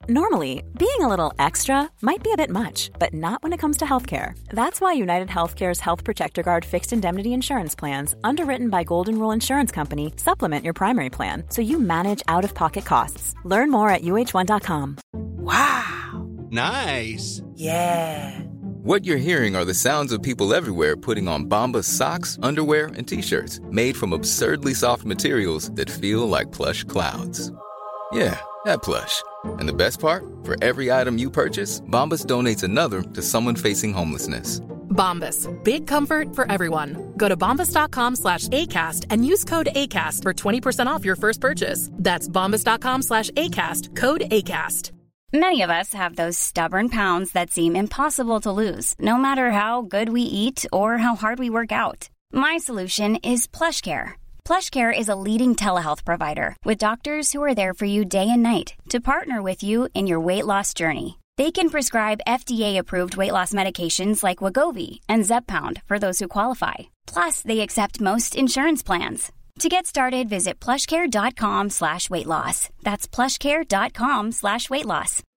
Normally, being a little extra might be a bit much, but not when it comes to healthcare. That's why United Healthcare's Health Protector Guard fixed indemnity insurance plans, underwritten by Golden Rule Insurance Company, supplement your primary plan so you manage out-of-pocket costs. Learn more at uh1.com. Wow! Nice! Yeah! What you're hearing are the sounds of people everywhere putting on Bombas socks, underwear, and T-shirts made from absurdly soft materials that feel like plush clouds. Yeah, that plush. And the best part? For every item you purchase, Bombas donates another to someone facing homelessness. Bombas. Big comfort for everyone. Go to bombas.com/ACAST and use code ACAST for 20% off your first purchase. That's bombas.com/ACAST. Code ACAST. Many of us have those stubborn pounds that seem impossible to lose, no matter how good we eat or how hard we work out. My solution is PlushCare. PlushCare is a leading telehealth provider with doctors who are there for you day and night to partner with you in your weight loss journey. They can prescribe FDA-approved weight loss medications like Wegovy and Zepbound for those who qualify. Plus, they accept most insurance plans. To get started, visit plushcare.com/weightloss. That's plushcare.com/weightloss.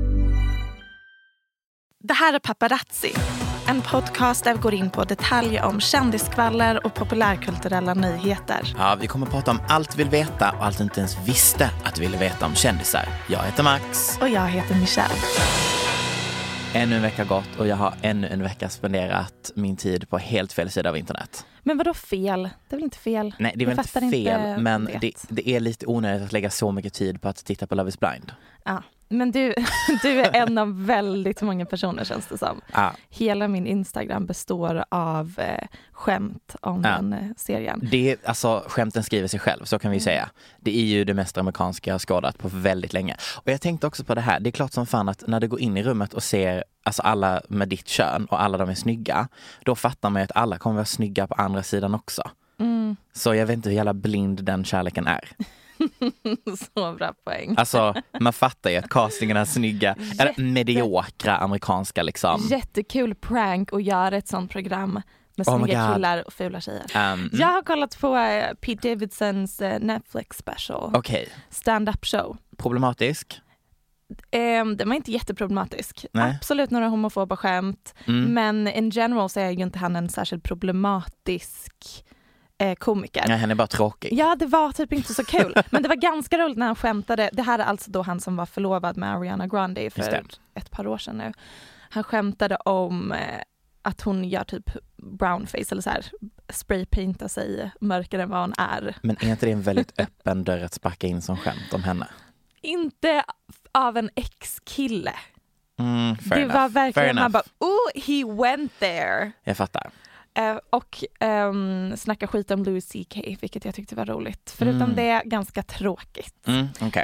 Det här är Paparazzi, en podcast där vi går in på detaljer om kändiskvaller och populärkulturella nyheter. Ja, vi kommer att prata om allt vi vill veta och allt du inte ens visste att du ville veta om kändisar. Jag heter Max. Och jag heter Michelle. Ännu en vecka gått och jag har ännu en vecka spenderat min tid på helt fel sida av internet. Men vadå fel? Det är väl inte fel? Nej, det är väl inte fel, men det är lite onödigt att lägga så mycket tid på att titta på Love is blind. Ja, men du är en av väldigt många personer, känns det som. Ja. Hela min Instagram består av skämt om den serien. Alltså, skämten skriver sig själv, så kan vi säga. Det är ju det mest amerikanska jag har skådat på väldigt länge. Och jag tänkte också på det här. Det är klart som fan att när du går in i rummet och ser alltså alla med ditt kön och alla de är snygga, då fattar man ju att alla kommer vara snygga på andra sidan också. Mm. Så jag vet inte hur jävla blind den kärleken är. Så bra poäng. Alltså, man fattar ju att castingen är snygga, eller mediokra amerikanska liksom. Jättekul prank att göra ett sånt program med snygga killar och fula tjejer. Jag har kollat på Pete Davidsons Netflix special. Okej. Stand-up show. Problematisk? Den var inte jätteproblematisk. Nej. Absolut några homofoba skämt. Men in general så är ju inte han en särskilt problematisk komiker. Nej, han är bara tråkig. Ja, det var typ inte så kul. Men det var ganska roligt när han skämtade. Det här är alltså då han som var förlovad med Ariana Grande för ett par år sedan nu. Han skämtade om att hon gör typ brownface eller så här, spraypainta sig mörkare än vad hon är. Men är inte det en väldigt öppen dörr att sparka in som skämt om henne? Inte av en ex-kille. Det enough. var verkligen, man bara, he went there. Jag fattar. Och snacka skit om Louis CK, vilket jag tyckte var roligt. Förutom det, ganska tråkigt. Okay.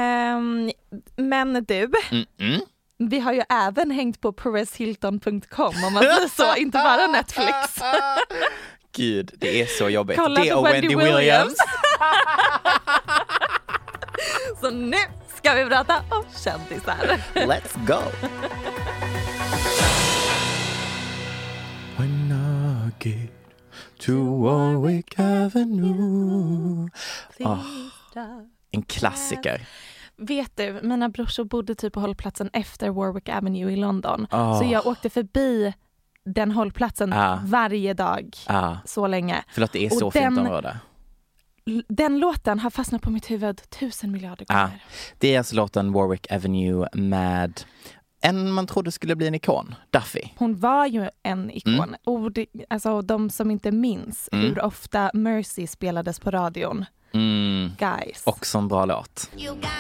Men du, vi har ju även hängt på pereshilton.com om man säger så, inte bara Netflix. Gud, det är så jobbigt. Kolla det och Wendy Williams. Så nu ska vi prata om kändisar. Let's go. When I get to Warwick Avenue. En klassiker. Vet du, mina brorsor bodde typ på hållplatsen efter Warwick Avenue i London. Så jag åkte förbi den hållplatsen varje dag så länge. Förlåt, det är så fint område. Den låten har fastnat på mitt huvud 1000 miljarder gånger. Det är alltså låten Warwick Avenue med en man trodde skulle bli en ikon, Duffy. Hon var ju en ikon. Alltså de som inte minns hur ofta Mercy spelades på radion. Guys. Och som bra låt.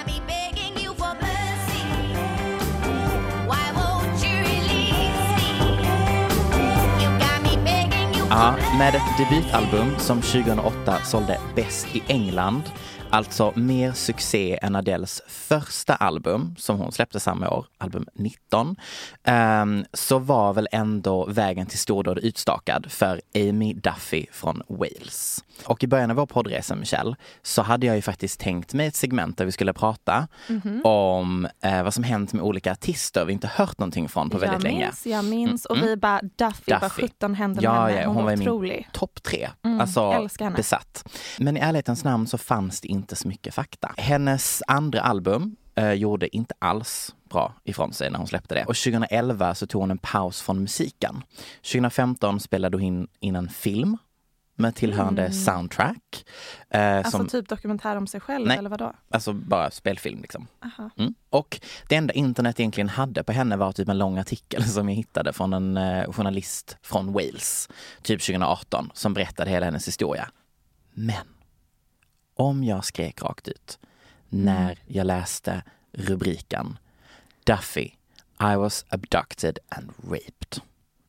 Ja, med ett debutalbum som 2008 sålde bäst i England, alltså mer succé än Adeles första album som hon släppte samma år, album 19, så var väl ändå vägen till stordåd utstakad för Amy Duffy från Wales. Och i början av vår poddresa, Michelle, så hade jag ju faktiskt tänkt mig ett segment där vi skulle prata om vad som hänt med olika artister vi inte hört någonting från på väldigt länge. Jag minns. Och vi bara, Duffy. Vad 17 hände med henne. Hon var otrolig. Min topp 3. Alltså besatt. Men i ärlighetens namn så fanns det inte så mycket fakta. Hennes andra album gjorde inte alls bra ifrån sig när hon släppte det. Och 2011 så tog hon en paus från musiken. 2015 spelade hon in en film med tillhörande soundtrack. Alltså typ dokumentär om sig själv, eller vadå? Alltså bara spelfilm liksom. Och det enda internet egentligen hade på henne var typ en lång artikel som jag hittade från en journalist från Wales, typ 2018, som berättade hela hennes historia. Men om jag skrek rakt ut när jag läste rubriken Duffy, I was abducted and raped.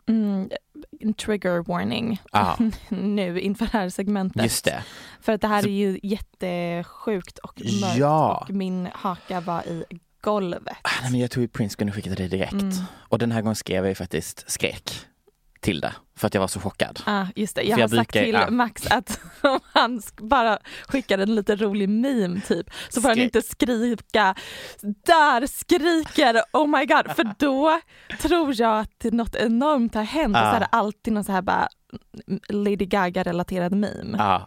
Trigger warning nu inför det här segmentet. Just det. För att det här är ju jättesjukt och mörkt och min haka var i golvet. Nej, men jag tog ju printscreen och skickade det direkt. Och den här gången skrev jag ju faktiskt skrek till det för att jag var så chockad. Just det. Jag har sagt till Max att om han bara skickar en lite rolig meme typ, så får han inte skrika där skriker oh my god, för då tror jag att något enormt har hänt och så är det alltid någon så här bara Lady Gaga relaterad meme.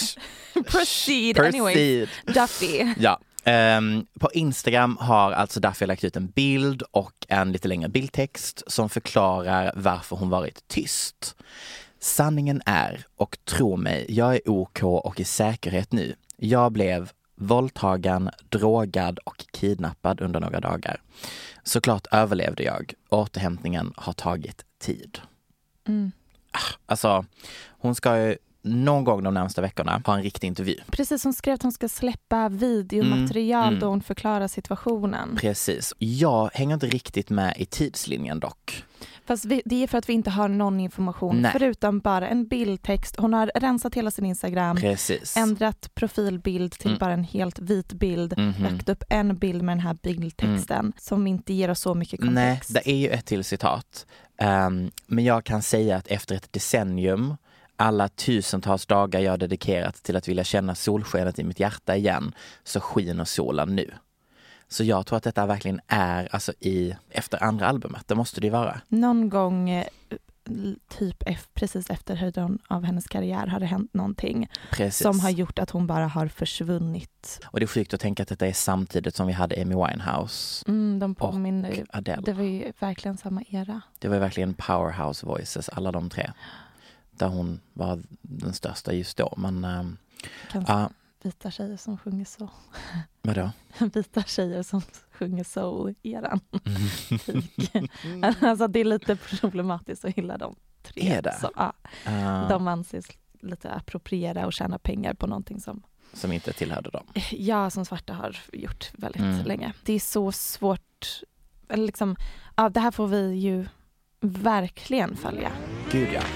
Proceed anyway. Duffy. Ja. På Instagram har alltså Duffy lagt ut en bild och en lite längre bildtext som förklarar varför hon varit tyst. Sanningen är, och tro mig, jag är OK och i säkerhet nu. Jag blev våldtagen, drogad och kidnappad under några dagar. Såklart överlevde jag. Återhämtningen har tagit tid. Alltså, hon ska ju någon gång de närmaste veckorna ha en riktig intervju. Precis, hon skrev att hon ska släppa videomaterial då hon förklarar situationen. Precis. Jag hänger inte riktigt med i tidslinjen dock. Fast det är för att vi inte har någon information förutom bara en bildtext. Hon har rensat hela sin Instagram. Precis. Ändrat profilbild till bara en helt vit bild. Lagt upp en bild med den här bildtexten som inte ger oss så mycket kontext. Nej, det är ju ett till citat. Men jag kan säga att efter ett decennium, alla tusentals dagar jag dedikerat till att vilja känna solskenet i mitt hjärta igen, så skiner solen nu. Så jag tror att detta verkligen är alltså efter andra albumet. Det måste det ju vara. Någon gång typ precis efter höjden av hennes karriär har det hänt någonting som har gjort att hon bara har försvunnit. Och det är sjukt att tänka att detta är samtidigt som vi hade Amy Winehouse de påminner och Adele. Det var ju verkligen samma era. Det var verkligen powerhouse voices, alla de tre. Där hon var den största just då. Men vita tjejer som sjunger soul. Vadå? Vita tjejer som sjunger soul-eran. Alltså det är lite problematiskt att hylla dem tre. Är det? Så, de anses lite appropriera och tjäna pengar på någonting som inte tillhörde dem. Ja, som svarta har gjort väldigt länge. Det är så svårt. Liksom, det här får vi ju verkligen följa. Gud ja.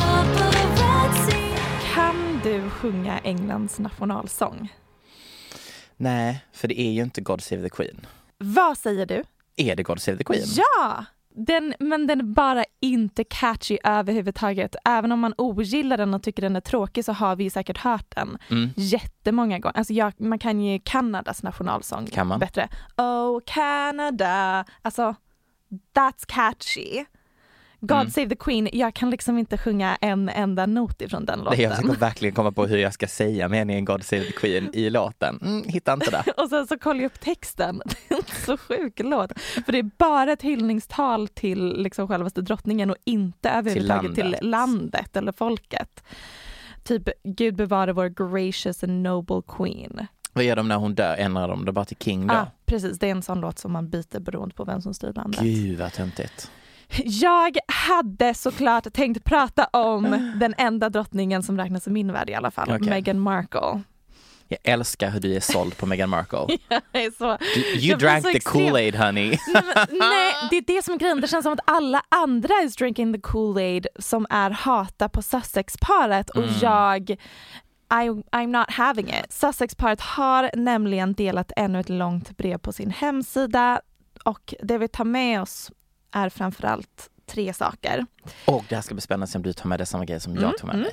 Kan du sjunga Englands nationalsång? Nej, för det är ju inte God Save the Queen. Vad säger du? Är det God Save the Queen? Ja! Men den är bara inte catchy överhuvudtaget. Även om man ogillar den och tycker den är tråkig så har vi ju säkert hört den jättemånga gånger. Alltså man kan ju Kanadas nationalsång bättre. Oh Canada! Alltså, that's catchy. God Save the Queen, jag kan liksom inte sjunga en enda not ifrån den låten. Jag ska verkligen komma på hur jag ska säga meningen God Save the Queen i låten. Hittar inte det. Och sen så kollar jag upp texten. Det är en så sjuk låt. För det är bara ett hyllningstal till liksom självaste drottningen och inte överhuvudtaget till landet eller folket. Typ, Gud bevara vår gracious and noble queen. Vad gör de när hon dör? Ändrar de det bara till King då? Precis. Det är en sån låt som man byter beroende på vem som styr landet. Gud vad töntigt. Jag hade såklart tänkt prata om den enda drottningen som räknas i min värld i alla fall, Meghan Markle. Jag älskar hur du är såld på Meghan Markle. Jag är så, you drank the Kool-Aid, honey. Nej, det är det som är grejen. Det känns som att alla andra is drinking the Kool-Aid som är hata på Sussex-paret och I'm not having it. Sussex-paret har nämligen delat ännu ett långt brev på sin hemsida och det vi tar med oss är framförallt 3 saker. Och det här ska bli spännande om du tar med det samma grej som jag tog med mig.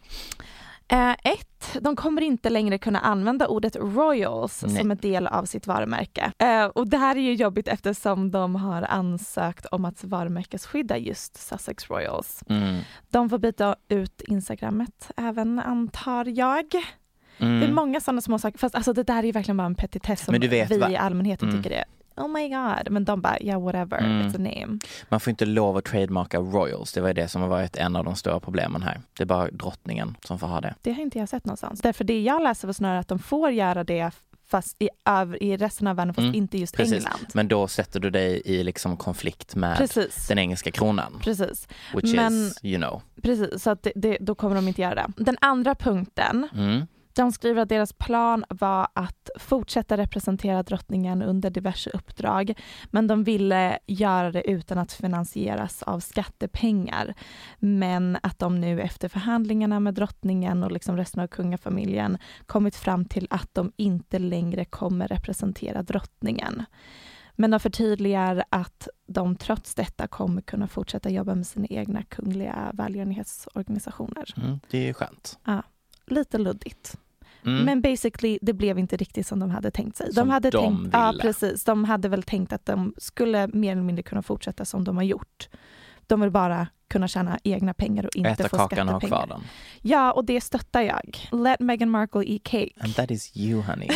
1. De kommer inte längre kunna använda ordet royals som en del av sitt varumärke. Och det här är ju jobbigt eftersom de har ansökt om att varumärkesskydda just Sussex Royals. De får byta ut Instagrammet även, antar jag. Det är många sådana små saker, fast alltså det där är ju verkligen bara en petitess som vi i allmänheten tycker det. Oh my god, men de bara, yeah whatever, it's a name. Man får inte lov att trademarka royals, det var det som har varit en av de stora problemen här. Det är bara drottningen som får ha det. Det har inte jag sett någonstans. Därför det jag läser var snarare att de får göra det fast i resten av världen, fast inte just England. Men då sätter du dig i liksom konflikt med den engelska kronan. Precis. Which is, you know. Precis, så att då kommer de inte göra det. Den andra punkten, de skriver att deras plan var att fortsätta representera drottningen under diverse uppdrag, men de ville göra det utan att finansieras av skattepengar. Men att de nu efter förhandlingarna med drottningen och liksom resten av kungafamiljen kommit fram till att de inte längre kommer representera drottningen. Men de förtydligar att de trots detta kommer kunna fortsätta jobba med sina egna kungliga välgörenhetsorganisationer. Det är ju skönt. Ja, lite luddigt. Men basically, det blev inte riktigt som de hade tänkt sig. De hade väl tänkt att de skulle mer eller mindre kunna fortsätta som de har gjort. De vill bara kunna tjäna egna pengar och inte få skattepengar. Och kvar den. Ja, och det stöttar jag. Let Meghan Markle eat cake. And that is you, honey.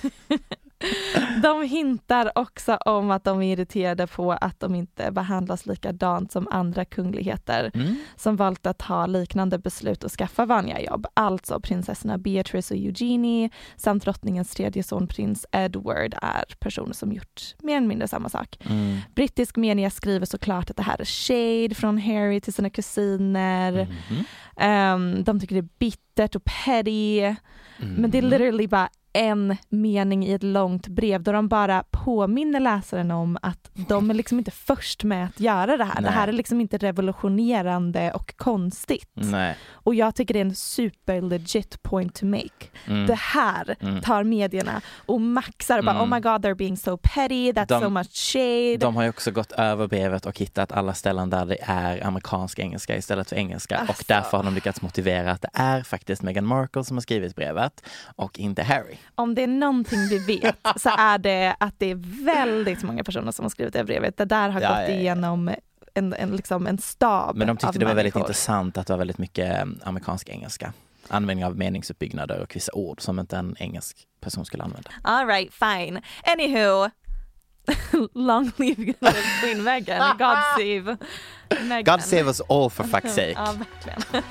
De hintar också om att de är irriterade på att de inte behandlas likadant som andra kungligheter som valt att ha liknande beslut och skaffa vanliga jobb. Alltså prinsessorna Beatrice och Eugenie samt drottningens tredje son prins Edward är personer som gjort mer eller mindre samma sak. Brittisk media skriver såklart att det här är shade från Harry till sina kusiner. De tycker det är bittert och petty. Men det är literally bara en mening i ett långt brev då de bara påminner läsaren om att de är liksom inte först med att göra det här. Nej. Det här är liksom inte revolutionerande och konstigt. Nej. Och jag tycker det är en super legit point to make. Det här tar medierna och maxar bara, oh my god, they're being so petty, that's so much shade. De har ju också gått över brevet och hittat alla ställen där det är amerikansk engelska istället för engelska. Alltså. Och därför har de lyckats motivera att det är faktiskt Meghan Markle som har skrivit brevet och inte Harry. Om det är någonting vi vet så är det att det är väldigt många personer som har skrivit det brevet. Det där har gått igenom en stab. Men de tyckte det var väldigt människor. Intressant att det var väldigt mycket amerikansk engelska. Användning av meningsuppbyggnader och vissa ord som inte en engelsk person skulle använda. All right, fine. Anywho, long live Queen Meghan. God save Meghan. God save us all for fuck's sake. Ja, verkligen.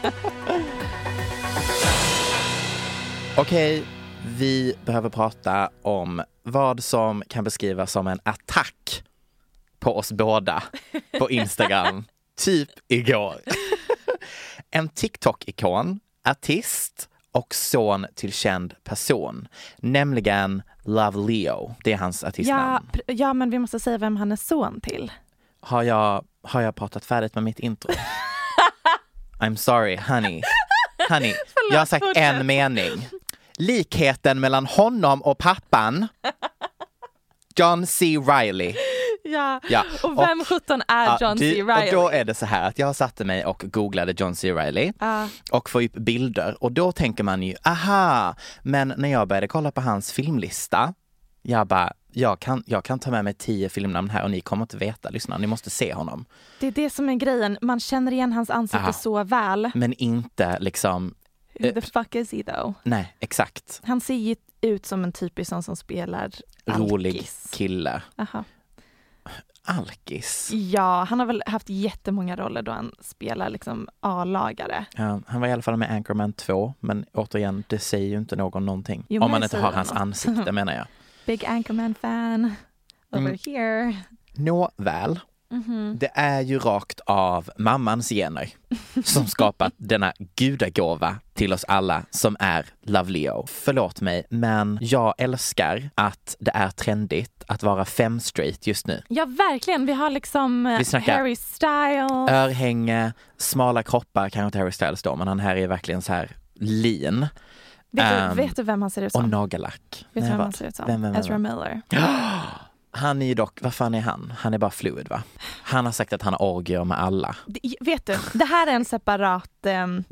Okej. Vi behöver prata om vad som kan beskrivas som en attack på oss båda på Instagram. Typ igår. En TikTok-ikon, artist och son till känd person. Nämligen Love Leo. Det är hans artistnamn. Ja, men vi måste säga vem han är son till. Har jag pratat färdigt med mitt intro? I'm sorry, honey. Honey, jag har sagt en mening. Likheten mellan honom och pappan John C. Reilly. Ja. Och vem 17 är John C. Reilly? Och då är det så här att jag satte mig och googlade John C. Reilly och får upp bilder. Och då tänker man ju, aha, men när jag började kolla på hans filmlista, jag bara, jag kan ta med mig 10 filmnamn här och ni kommer inte veta, lyssna, ni måste se honom. Det är det som är grejen, man känner igen hans ansikte så väl. Men inte liksom... Who the fuck is he though? Nej, exakt. Han ser ju ut som en typisk sån som spelar rolig alkis. Kille. Aha. Alkis? Ja, han har väl haft jättemånga roller då han spelar liksom A-lagare. Ja, han var i alla fall med Anchorman 2, men återigen, det säger ju inte någonting. Jo, om man inte har hans ansikte, menar jag. Big Anchorman-fan over here. Nåväl. Det är ju rakt av mammans gener som skapat denna gudagåva till oss alla som är Love Leo. Förlåt mig, men jag älskar att det är trendigt att vara fem straight just nu. Ja, verkligen. Vi har liksom Harry Styles. Örhänge, smala kroppar, kanske inte Harry Styles då, men han här är verkligen så här lean. Vet du vem han ser ut som? Och nagellack. Vet du vem han ser ut som? Ezra Miller. Han är ju dock, vad fan är han? Han är bara fluid, va? Han har sagt att han har orgier med alla. Vet du, det här är en separat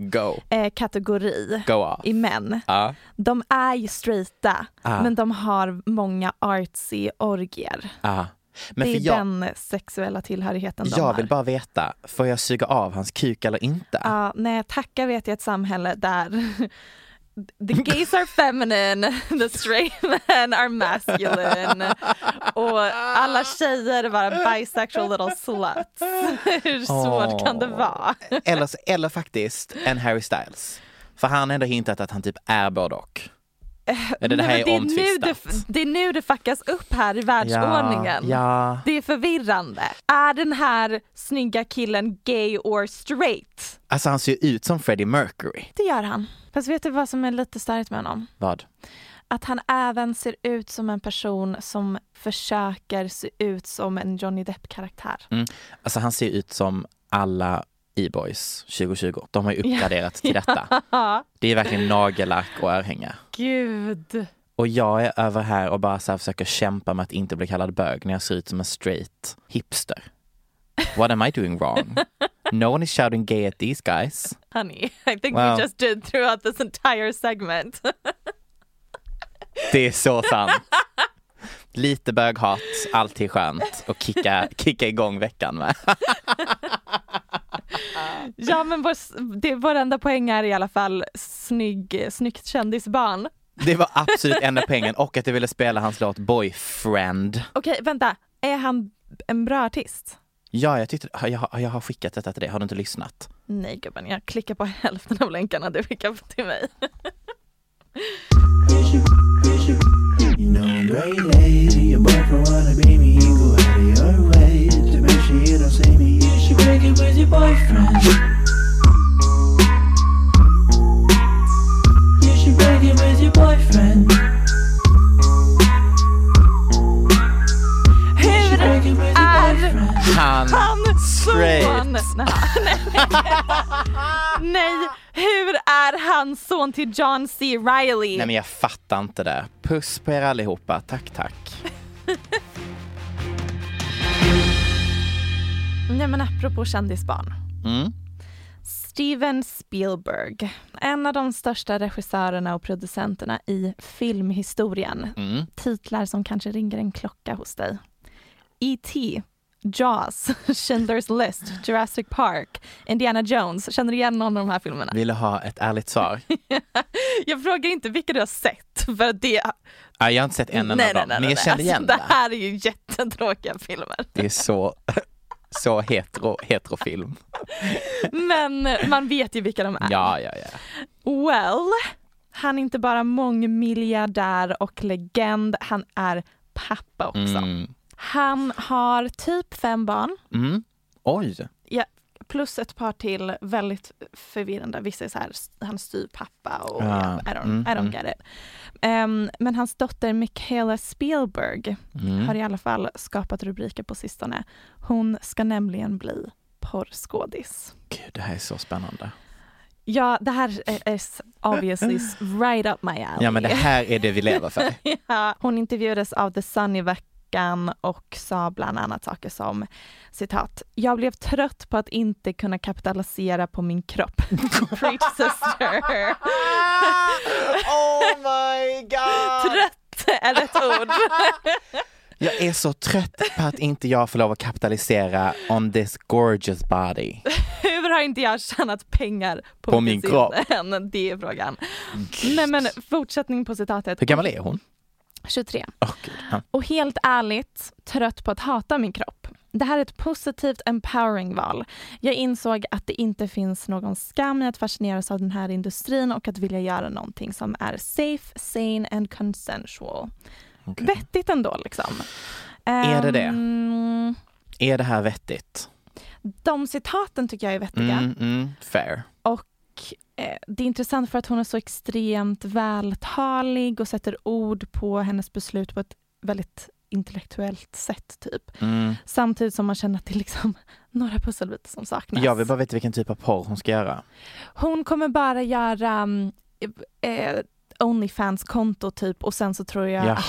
kategori i män. De är ju straighta, men de har många artsy orgier. Men det är den sexuella tillhörigheten de har. Jag vill bara veta, får jag suga av hans kuk eller inte? Nej, tacka vet jag ett samhälle där the gays are feminine, the straight men are masculine. Och alla tjejer är bara bisexual little sluts. Hur svårt kan det vara? Eller faktiskt en Harry Styles. För han har ändå hintat att han typ är både och. Det här är omtvistat. Det är nu det fuckas upp här i världsordningen. Ja. Det är förvirrande. Är den här snygga killen gay or straight? Alltså han ser ut som Freddie Mercury. Det gör han. Fast vet du vad som är lite starkt med honom? Vad? Att han även ser ut som en person som försöker se ut som en Johnny Depp-karaktär. Alltså han ser ut som alla E-boys 2020. De har ju uppgraderat till detta. Det är verkligen nagellack och örhänge. Gud. Och jag är över här och bara så här försöker kämpa med att inte bli kallad bög när jag ser ut som en straight hipster. What am I doing wrong? No one is shouting gay at these guys. Honey, I think we just did throughout this entire segment. Det är så sant. Lite böghat, alltid skönt. Och kicka igång veckan med. Ja, men vår enda poäng är i alla fall snyggt kändisbarn. Det var absolut enda poängen. Och att jag ville spela hans låt Boyfriend. Okej, vänta. Är han en bra artist? Ja, jag har skickat detta till dig. Har du inte lyssnat? Nej gubben, jag klickar på hälften av länkarna du skickar till mig. You know I'm very lazy, your boyfriend wanna be me. You go out of your way to make sure you don't see me. You should break it with your boyfriend. You should break it with your boyfriend. Hur är han straight? Nej, hur är han son till John C. Reilly? Nej men jag fattar inte det. Puss på er allihopa, tack. Nej men apropå kändisbarn. Steven Spielberg, en av de största regissörerna och producenterna i filmhistorien. Titlar som kanske ringer en klocka hos dig. E.T., Jaws, Schindler's List, Jurassic Park, Indiana Jones. Känner du igen någon av de här filmerna? Vill du ha ett ärligt svar? Jag frågar inte vilka du har sett. För det... Jag har inte sett en av dem, men jag känner igen det. Det här är ju jättetråkiga filmer. Det är så heterofilm. Men man vet ju vilka de är. Ja. Well, han är inte bara mångmiljardär och legend, han är pappa också. Han har typ 5 barn. Oj. Ja, plus ett par till, väldigt förvirrande. Vissa är så här, han styr pappa och I don't get it. Men hans dotter Michaela Spielberg har i alla fall skapat rubriker på sistone. Hon ska nämligen bli porrskådis. Gud, det här är så spännande. Ja, det här är obviously right up my alley. Ja, men det här är det vi lever för. Ja, hon intervjuades av The Sun i veckan och sa bland annat saker som, citat, jag blev trött på att inte kunna kapitalisera på min kropp. Preach sister. Oh my god. Trött är ett ord. Jag är så trött på att inte jag får lov att kapitalisera on this gorgeous body. Hur har inte jag tjänat pengar på min kropp? Det är frågan. Nej, men fortsättning på citatet. Hur gammal är hon? 23. God. Och helt ärligt, trött på att hata min kropp. Det här är ett positivt empowering val. Jag insåg att det inte finns någon skam i att fascineras av den här industrin och att vilja göra någonting som är safe, sane and consensual. Okay. Vettigt ändå liksom. Är det? Är det här vettigt? De citaten tycker jag är vettiga. Fair. Och det är intressant för att hon är så extremt vältalig och sätter ord på hennes beslut på ett väldigt intellektuellt sätt typ. Samtidigt som man känner att det är liksom några pusselbitar som saknas. Jag vill bara veta vilken typ av porr hon ska göra. Hon kommer bara göra OnlyFans-konto typ, och sen så tror jag att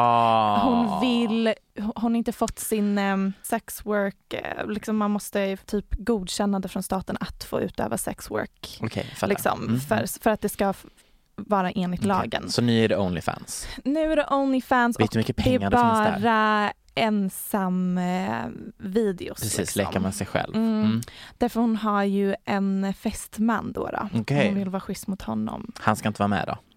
hon har inte fått sin sexwork, liksom man måste typ godkänna det från staten att få utöva sexwork. Liksom, för att det ska vara enligt lagen. Så nu är det OnlyFans? Nu är det OnlyFans och mycket pengar det är bara ensam videos. Precis, liksom. leker man sig själv. Därför hon har ju en fästman då. Okay. Hon vill vara schysst mot honom. Han ska inte vara med då?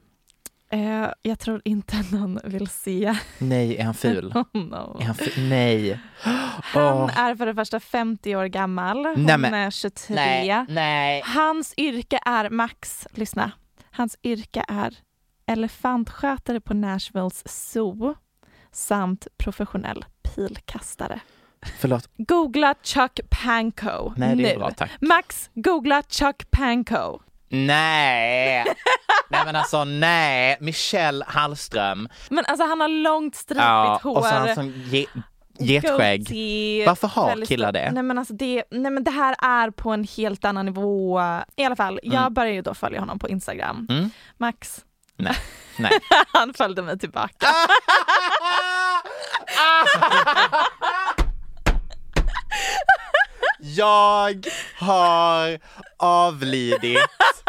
Jag tror inte någon vill se. Nej, är han ful? No. Är han ful? Nej. Han är för det första 50 år gammal. Hon är 23. Nej. Hans yrke är, Max, lyssna. Hans yrke är elefantskötare på Nashvilles zoo samt professionell pilkastare. Förlåt. Googla Chuck Pankow. Nej, det är nu. bra, tack. Max, googla Chuck Pankow. Nej. Nej men alltså nej. Michelle Hallström. Men alltså han har långt stripigt hår. Och så har han sån getskägg. Varför har killar det? Nej men det här är på en helt annan nivå. I alla fall, jag började ju då följa honom på Instagram. Max. Nej. Han följde mig tillbaka. Jag har avlidit.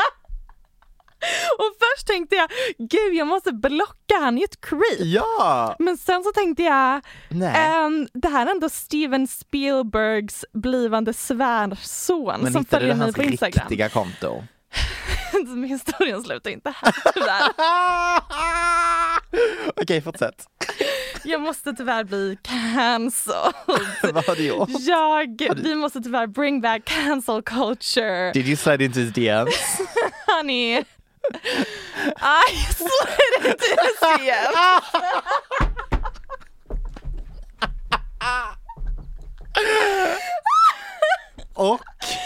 Och först tänkte jag, gud jag måste blocka, han är ju ett creep. Ja. Men sen så tänkte jag, det här är ändå Steven Spielbergs blivande svärson. Men som följer mig på Instagram. Men riktiga konto. Men historien slutar inte här tyvärr. Okej, fortsätt. Jag måste tyvärr bli cancelled. Vad har du gjort? Vi måste tyvärr bring back cancel culture. Did you slide into his DMs? Honey, I slid into his DMs. Och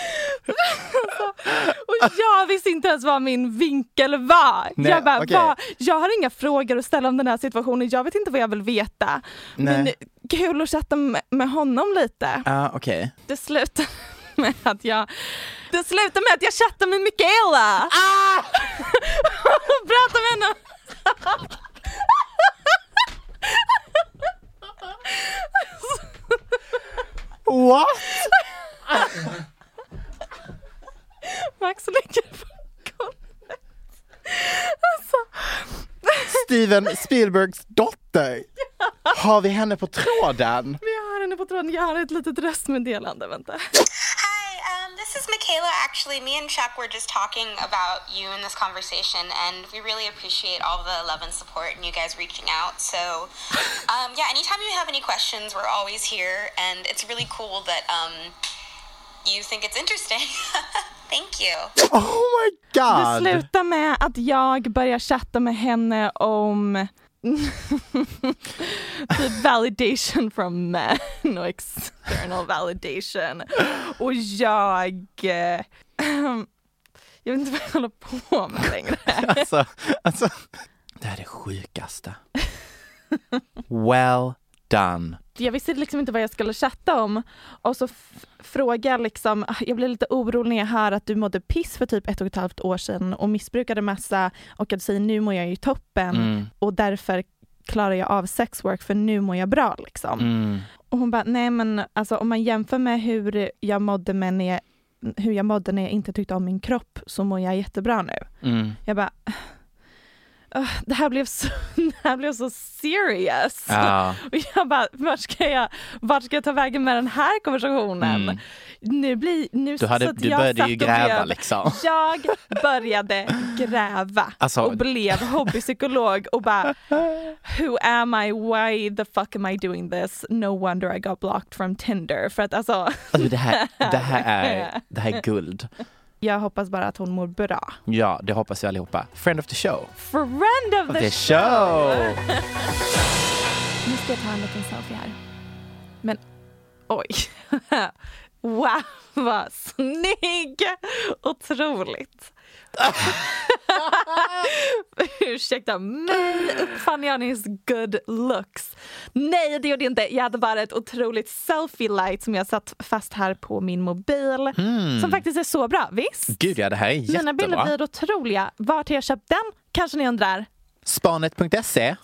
jag visste inte ens vad min vinkel var. Nej, jag bara, okay. Jag har inga frågor att ställa om den här situationen. Jag vet inte vad jag vill veta. Nej. Men kul att chatta med honom lite. Okej. Det slutar med att jag chattar med Michaela. Prata med henne. What? Max ligger på golvet. Alltså. Steven Spielbergs dotter. Har vi henne på tråden? Vi har henne på tråden. Jag har ett litet röstmeddelande, vänta. Hi, this is Michaela. Actually, me and Chuck were just talking about you in this conversation, and we really appreciate all the love and support and you guys reaching out. So, yeah, anytime you have any questions, we're always here, and it's really cool that you think it's interesting. Thank you. Oh my god. Det slutar med att jag börjar chatta med henne om typ validation from men och external validation. Och jag vet inte vad jag håller på med längre. Alltså, det här är det sjukaste. Well done. Jag visste liksom inte vad jag skulle chatta om. Och så frågade jag liksom, jag blev lite orolig när jag hör att du mådde piss för typ 1,5 år sedan och missbrukade massa och att säga nu mår jag i toppen och därför klarar jag av sexwork för nu mår jag bra liksom. Och hon bara, nej men alltså om man jämför med hur jag mådde när jag inte tyckte om min kropp så mår jag jättebra nu. Jag bara, det här blev så serious. Och jag bara, vart ska jag ta vägen med den här konversationen? Nu började ju gräva liksom. Jag började gräva och blev hobbypsykolog och bara, who am I? Why the fuck am I doing this? No wonder I got blocked from Tinder. För att alltså det här är guld. Jag hoppas bara att hon mår bra. Ja, det hoppas vi allihopa. Friend of the show. Friend of the show! Nu ska jag ta en liten selfie här. Men, oj. Wow, vad snygg! Otroligt. Ursäkta mig, uppfann jag nyss good looks. Nej, det gjorde jag inte. Jag hade bara ett otroligt selfie light som jag satt fast här på min mobil som faktiskt är så bra, visst? Gud ja, det här är jättebra. Mina bilder blir otroliga. Vart har jag köpt den? Kanske ni undrar. Sparnet.se.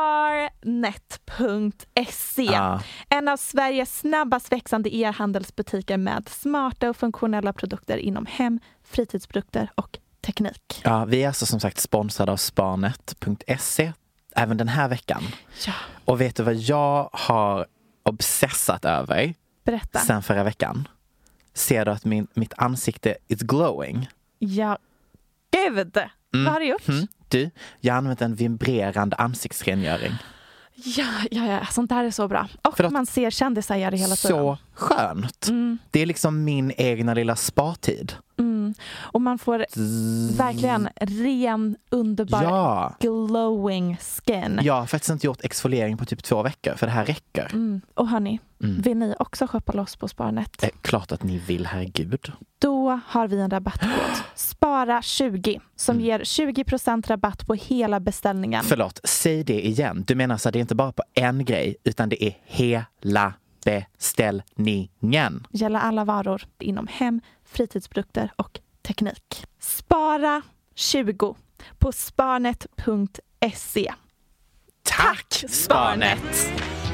Sparnet.se. En av Sveriges snabbast växande e-handelsbutiker med smarta och funktionella produkter inom hem, fritidsprodukter och teknik. Ja, vi är alltså som sagt sponsrade av Sparnet.se även den här veckan. Ja. Och vet du vad jag har obsessat över? Berätta. Sen förra veckan? Ser du att mitt ansikte is glowing? Ja, gud. Vad har du gjort? Du, jag har använt en vibrerande ansiktsrengöring. Ja, sånt där är så bra. Och man ser kändisar göra det hela tiden. Så skönt. Det är liksom min egna lilla spartid. Och man får verkligen ren, underbar, glowing skin. Jag har faktiskt inte gjort exfoliering på typ 2 veckor, för det här räcker. Och hörni, vill ni också shoppa loss på Sparnet? Klart att ni vill, herregud. Då har vi en rabattkod. Spara20 som ger 20% rabatt på hela beställningen. Förlåt, säg det igen. Du menar så att det är inte bara på en grej, utan det är hela beställningen. Gäller alla varor inom hem, fritidsprodukter och teknik. Spara 20 på sparnet.se. Tack Sparnet!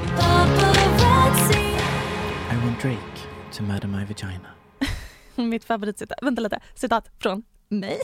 I want Drake to murder my vagina. Mitt favoritcitat. Vänta lite. Citat från mig.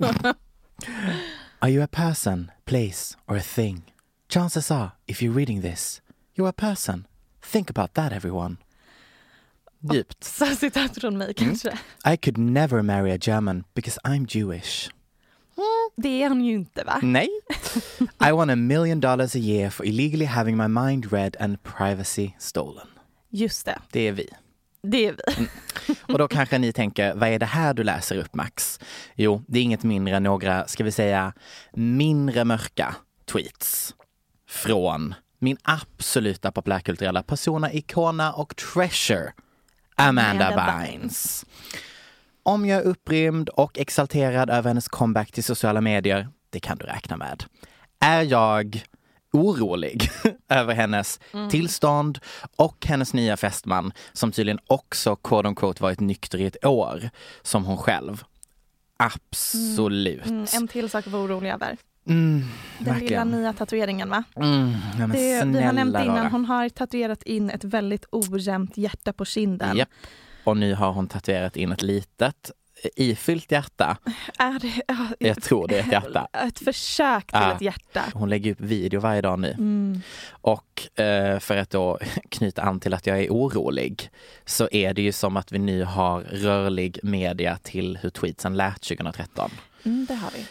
Are you a person, place or a thing? Chances are, if you're reading this, you're a person. Think about that, everyone. Djupt. Så citat från mig kanske. I could never marry a German because I'm Jewish. Det är han ju inte, va? Nej. I want $1 million a year for illegally having my mind read and privacy stolen. Just det. Det är vi. Det är vi. Och då kanske ni tänker, vad är det här du läser upp, Max? Jo, det är inget mindre än några, ska vi säga, mindre mörka tweets från min absoluta populärkulturella persona, ikona och treasure, Amanda Bynes. Om jag är upprymd och exalterad över hennes comeback till sociala medier, det kan du räkna med. Är jag orolig över hennes tillstånd och hennes nya fästman, som tydligen också quote unquote varit nykter i ett år, som hon själv? Absolut. En till sak var orolig över. Den verkligen. lilla nya tatueringen, va? Ja, vi har nämnt innan, rara. hon har tatuerat in ett väldigt ojämnt hjärta på kinden. Japp. Och nu har hon tatuerat in ett litet ifyllt hjärta. Är det, jag tror det är ett hjärta. Ett försök till ett hjärta. Hon lägger upp video varje dag nu. Och för att då knyta an till att jag är orolig, så är det ju som att vi nu har rörlig media till hur tweetsen lät 2013. Det har vi.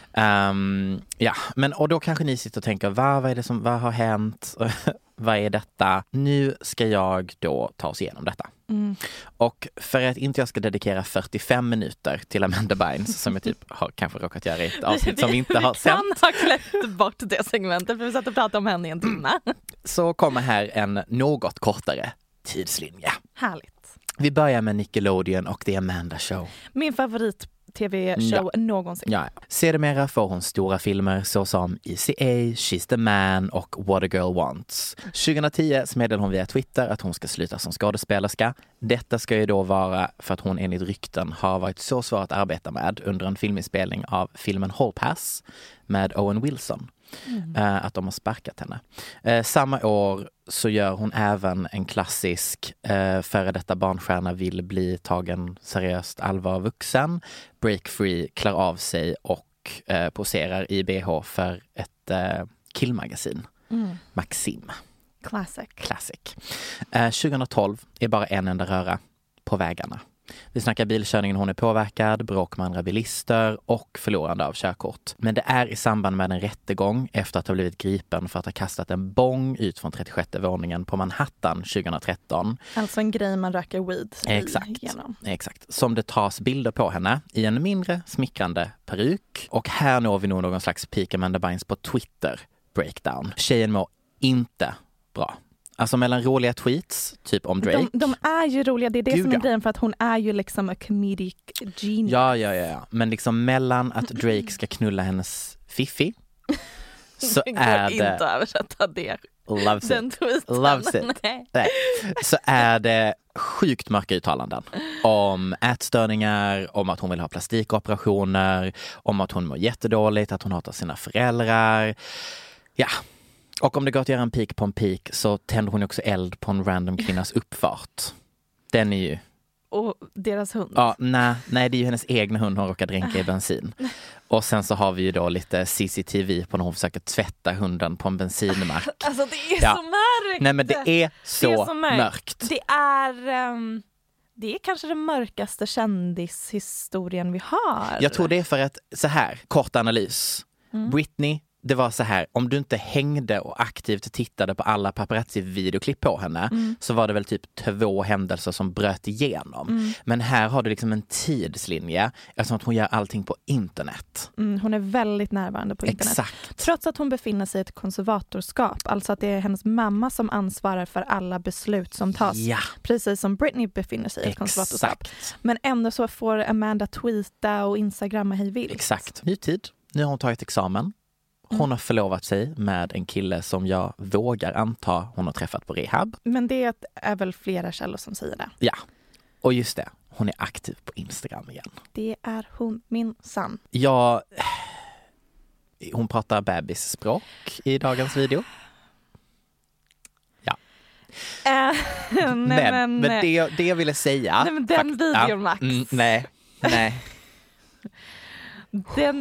Ja, men och då kanske ni sitter och tänker, vad har hänt? Vad är detta? Nu ska jag då ta oss igenom detta. Och för att inte jag ska dedikera 45 minuter till Amanda Bynes, som jag typ har kanske råkat göra i ett avsnitt som vi inte har sänt. Vi kan ha klätt bort det segmentet, för vi satt och pratade om henne i en timme. Så kommer här en något kortare tidslinje. Härligt. Vi börjar med Nickelodeon och The Amanda Show. Min favorit tv-show någonsin. Ja. Sedermera får hon stora filmer såsom ECA, She's the Man och What a Girl Wants. 2010 meddelade hon via Twitter att hon ska sluta som skådespelerska. Detta ska ju då vara för att hon enligt rykten har varit så svår att arbeta med under en filminspelning av filmen Hall Pass med Owen Wilson. Att de har sparkat henne. Samma år så gör hon även en klassisk före detta barnstjärna vill bli tagen seriöst allvar vuxen. Break free, klär av sig och poserar i BH för ett killmagasin. Maxim. Classic. 2012 är bara en enda röra på vägarna. Vi snackar bilkörningen, hon är påverkad, bråk med andra bilister och förlorande av körkort. Men det är i samband med en rättegång efter att ha blivit gripen för att ha kastat en bong ut från 36:e våningen på Manhattan 2013. Alltså en grej man röker weed igenom. Exakt. Som det tas bilder på henne i en mindre smickrande peruk. Och här når vi nog någon slags peak Amanda Bynes på Twitter breakdown. Tjejen mår inte bra. Alltså mellan roliga tweets, typ om Drake. De är ju roliga, det är det som är grejen, för att hon är ju liksom a comedic genius. Ja. Men liksom mellan att Drake ska knulla hennes fiffi så är det... inte översätta det. Loves den it. tweeten. Loves it. Nej. Så är det sjukt mörka uttalanden om ätstörningar, om att hon vill ha plastikoperationer, om att hon mår jättedåligt, att hon hatar sina föräldrar. Ja. Och om det går att göra en pik på en pik så tänder hon också eld på en random kvinnas uppfart. Den är ju... Och deras hund? Ja, nej, det är ju hennes egna hund hon råkar dränka i bensin. Och sen så har vi ju då lite CCTV på när hon försöker tvätta hunden på en bensinmack. Alltså det är så mörkt! Nej men det är så mörkt. Det är kanske den mörkaste kändishistorien vi har. Jag tror det är för att, så här, kort analys. Britney, det var så här, om du inte hängde och aktivt tittade på alla paparazzi-videoklipp på henne så var det väl typ 2 händelser som bröt igenom. Men här har du liksom en tidslinje eftersom att hon gör allting på internet. Hon är väldigt närvarande på internet. Exakt. Trots att hon befinner sig i ett konservatorskap, alltså att det är hennes mamma som ansvarar för alla beslut som tas. Ja. Precis som Britney befinner sig i ett konservatorskap. Men ändå så får Amanda tweeta och instagramma hej vilt. Exakt. Ny tid. Nu har hon tagit examen. Hon har förlovat sig med en kille som jag vågar anta hon har träffat på rehab. Men det är väl flera källor som säger det. Ja, och just det. Hon är aktiv på Instagram igen. Det är hon minsann. Ja, hon pratar bebisspråk i dagens video. Ja. Men det jag ville säga... Nej, men den videon, Max. Nej. Den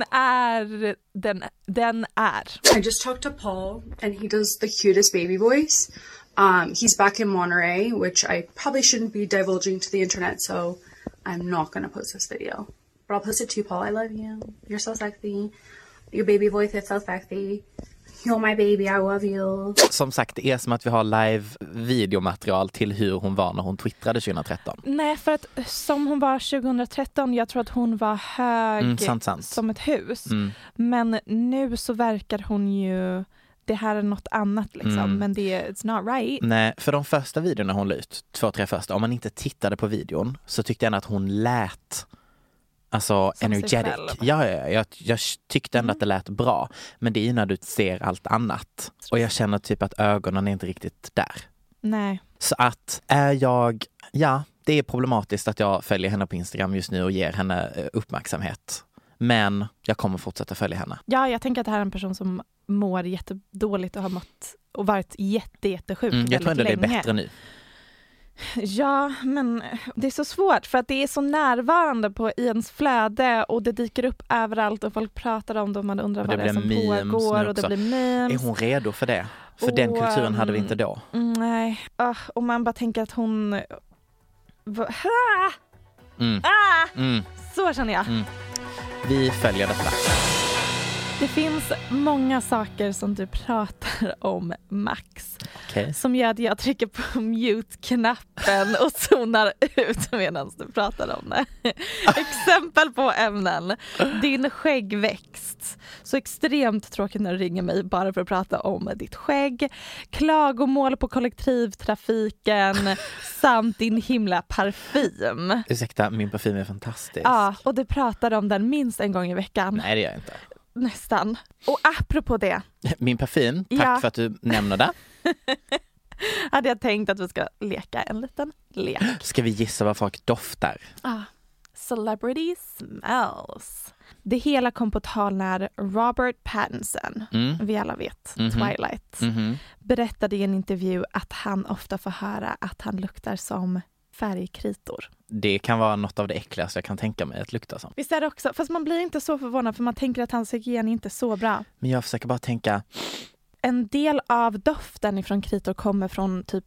är. I just talked to Paul and he does the cutest baby voice. He's back in Monterey, which I probably shouldn't be divulging to the internet, so I'm not gonna post this video. But I'll post it to you, Paul. I love you. You're so sexy. Your baby voice is so sexy. You're my baby, I love you. Som sagt, det är som att vi har live-videomaterial till hur hon var när hon twittrade 2013. Nej, för att som hon var 2013, jag tror att hon var hög sant. som ett hus. Men nu så verkar hon ju... Det här är något annat liksom, men it's not right. Nej, för de första videorna hon la ut, 2-3 första, om man inte tittade på videon så tyckte jag att hon lät... Alltså som energetic. Jag tyckte ändå att det lät bra. Men det är ju när du ser allt annat. Och jag känner typ att ögonen är inte riktigt där. Nej. Så att det är problematiskt att jag följer henne på Instagram just nu och ger henne uppmärksamhet. Men jag kommer fortsätta följa henne. Ja, jag tänker att det här är en person som mår jättedåligt och har mått och varit jättesjuk jag tror ändå länge. Det är bättre nu. Ja, men det är så svårt för att det är så närvarande i ens flöde och det dyker upp överallt och folk pratar om det och man undrar vad det är som pågår och det blir memes. Är hon redo för det? För den kulturen hade vi inte då. Nej, och man bara tänker att hon... Så känner jag. Vi följer detta. Det finns många saker som du pratar om, Max. Som gör att jag trycker på mute-knappen och zonar ut medan du pratar om det. Exempel på ämnen. Din skäggväxt. Så extremt tråkigt när du ringer mig bara för att prata om ditt skägg. Klagomål på kollektivtrafiken samt din himla parfym. Ursäkta, min parfym är fantastisk. Ja, och du pratar om den minst en gång i veckan. Nej, det gör jag inte. Nästan. Och apropå det. Min parfym, tack för att du nämner det. Hade jag tänkt att vi ska leka en liten lek. Ska vi gissa vad folk doftar? Celebrity smells. Det hela kom på tal när Robert Pattinson, vi alla vet, Twilight, berättade i en intervju att han ofta får höra att han luktar som färgkritor. Det kan vara något av det äckligaste jag kan tänka mig att lukta som. Visst är det också, fast man blir inte så förvånad för man tänker att hans hygien inte är så bra. Men jag försöker bara tänka... En del av doften ifrån kritor kommer från typ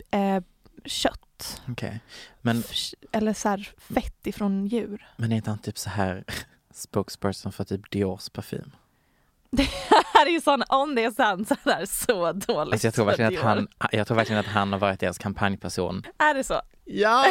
kött. Okej. Men... Eller så här fett ifrån djur. Men är inte han typ så här spokesperson för typ Diors parfym? Det här är ju sån, om det är sant så är det så dåligt. Alltså jag tror verkligen att han har varit deras kampanjperson. Är det så? Ja!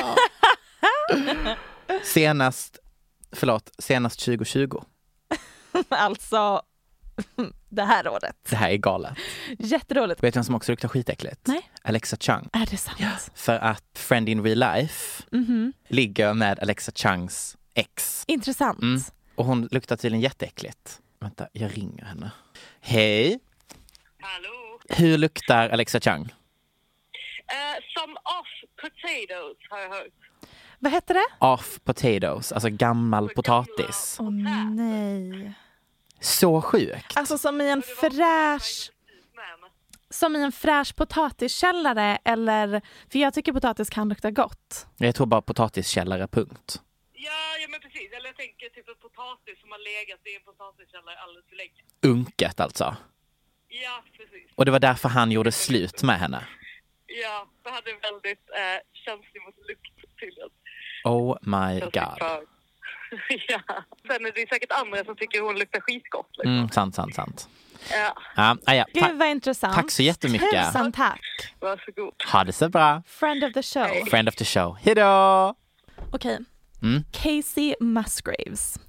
Senast 2020. Alltså det här året. Det här är galet. Jätteroligt. Vet du vem som också luktar skitäckligt? Nej. Alexa Chung. Är det sant? Ja, för att Friend in Real Life ligger med Alexa Chungs ex. Intressant. Och hon luktar tydligen jätteäckligt. Vänta, jag ringer henne. Hej. Hallå. Hur luktar Alexa Chung? Som off potatoes har jag hört. Vad heter det? Off potatoes, alltså gammal potatis. Åh nej. Så sjukt. Alltså som i en fräsch potatiskällare eller... För jag tycker potatis kan lukta gott. Jag tror bara potatiskällare, punkt. Ja men precis. Eller jag tänker typ en potatis som har legat i en potatiskällare alldeles för länge. Unket alltså. Ja, precis. Och det var därför han gjorde slut med henne. Ja, det hade väldigt känslig mot lukt till det. Oh my god. Ja. Sen är det säkert andra som tycker hon luktar skitgott. Liksom. Sant. Ja. Ja. Gud vad intressant. Tack så jättemycket. Tusen tack. Varsågod. Ha det så bra. Friend of the show. Hej. Friend of the show. Hejdå! Okej. Casey Musgraves.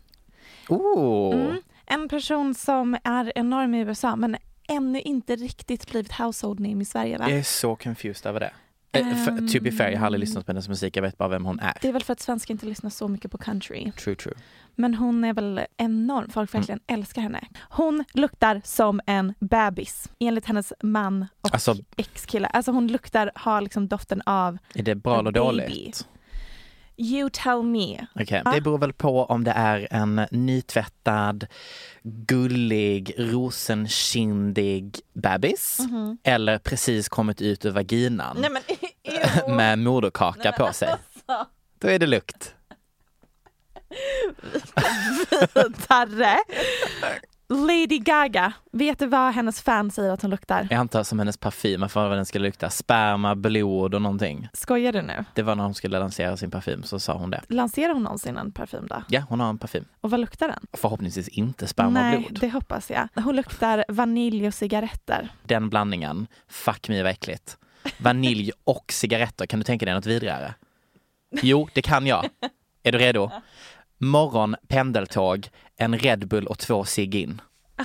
En person som är enorm i USA men ännu inte riktigt blivit household name i Sverige, va? Jag är så confused över det. To be fair, jag har aldrig lyssnat på hennes musik. Jag vet bara vem hon är. Det är väl för att svenskar inte lyssnar så mycket på country. True. Men hon är väl enorm. Folk verkligen älskar henne. Hon luktar som en bebis. Enligt hennes man och ex-kille. Alltså hon har liksom doften av är det bra eller dåligt? You tell me. Okay. Det beror väl på om det är en nytvättad, gullig, rosenkindig bebis eller precis kommit ut ur vaginan. Nej, men, med moderkaka på sig. Alltså. Då är det lukt. Vidare. Lady Gaga. Vet du vad hennes fans säger att hon luktar? Jag antar som hennes parfym, för vad den ska lukta. Sperma, blod och någonting. Skojar du nu? Det var när hon skulle lansera sin parfym, så sa hon det. Lanserar hon någonsin en parfym då? Ja, hon har en parfym. Och vad luktar den? Förhoppningsvis inte sperma och blod. Nej, det hoppas jag. Hon luktar vanilj och cigaretter. Den blandningen, fuck me vad äckligt. Vanilj och cigaretter, kan du tänka dig något vidrigare? Jo, det kan jag. Är du redo? Morgon, pendeltåg, en Red Bull och 2 cigg in.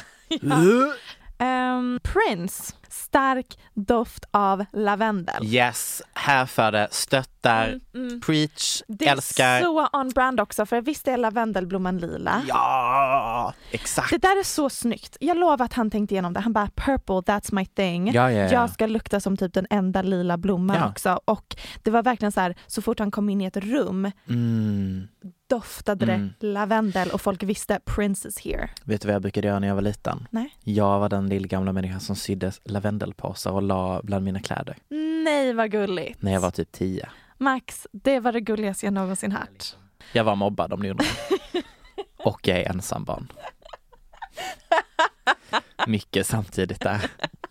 Prince, stark doft av lavendel. Yes, här för det, stöttar, preach, det älskar. Det är så on brand också, för visst är lavendelblomman lila. Ja, exakt. Det där är så snyggt. Jag lovar att han tänkte igenom det. Han bara, purple, that's my thing. Ja. Jag ska lukta som typ den enda lila blomman också. Och det var verkligen så här, så fort han kom in i ett rum doftade det lavendel och folk visste Prince is here. Vet du vad jag brukade göra när jag var liten? Nej. Jag var den lillgamla människan som sydde lavendelpåsar och la bland mina kläder. Nej, vad gulligt. När jag var typ 10. Max, det var det gulligaste jag någonsin hört. Jag var mobbad om ni undrar. Och jag är ensam barn. Mycket samtidigt där.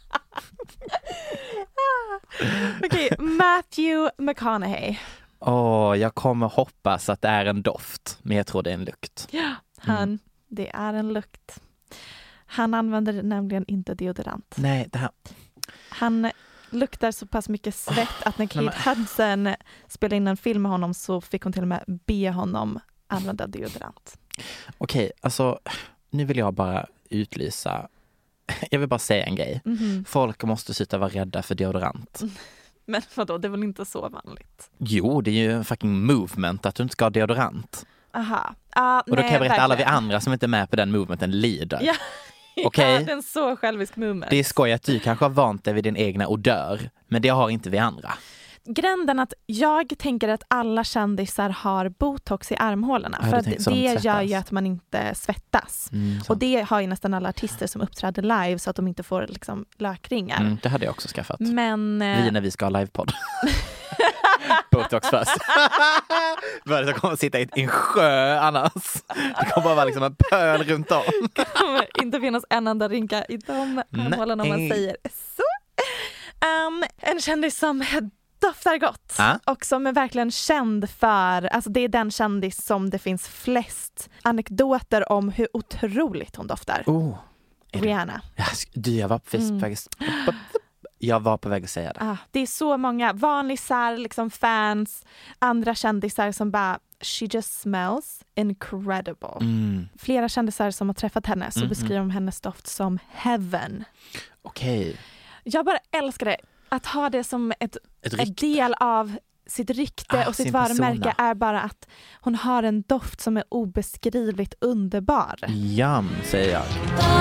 Okej, Matthew McConaughey. Jag kommer hoppas att det är en doft, men jag tror det är en lukt. Ja, det är en lukt. Han använder nämligen inte deodorant. Nej, det här... Han luktar så pass mycket svett att när Kate Hudson spelade in en film med honom så fick hon till och med be honom använda deodorant. Okej, alltså nu vill jag bara utlysa. Jag vill bara säga en grej. Folk måste sluta vara rädda för deodorant. Men vadå, det är väl inte så vanligt? Jo, det är ju en fucking movement att du inte ska ha deodorant. Aha. Och då kan jag berätta alla vi andra som inte är med på den movementen lider. Ja. Okay? Ja, det är en så självisk movement. Det är skoj att du kanske har vant dig vid din egna odör, men det har inte vi andra. Gränden att jag tänker att alla kändisar har botox i armhålorna för att det gör ju att man inte svettas. Och det har ju nästan alla artister som uppträder live så att de inte får liksom lökringar. Det hade jag också skaffat. Men vi när vi ska ha livepodd. Botox först. För det kommer att sitta i en sjö annars. Det kommer bara vara liksom en pöl runt om. Det kommer inte finnas en enda rynka i de armhålorna om man säger så. En kändis som doftar gott och som är verkligen känd för, alltså det är den kändis som det finns flest anekdoter om hur otroligt hon doftar. Rihanna. Jag var på väg att säga det. Det är så många vanlisar, liksom fans, andra kändisar som bara, she just smells incredible. Flera kändisar som har träffat henne så beskriver de hennes doft som heaven. Okej. Jag bara älskar det. Att ha det som ett del av sitt rykte och sitt varumärke är bara att hon har en doft som är obeskrivligt underbar. Jam, säger jag.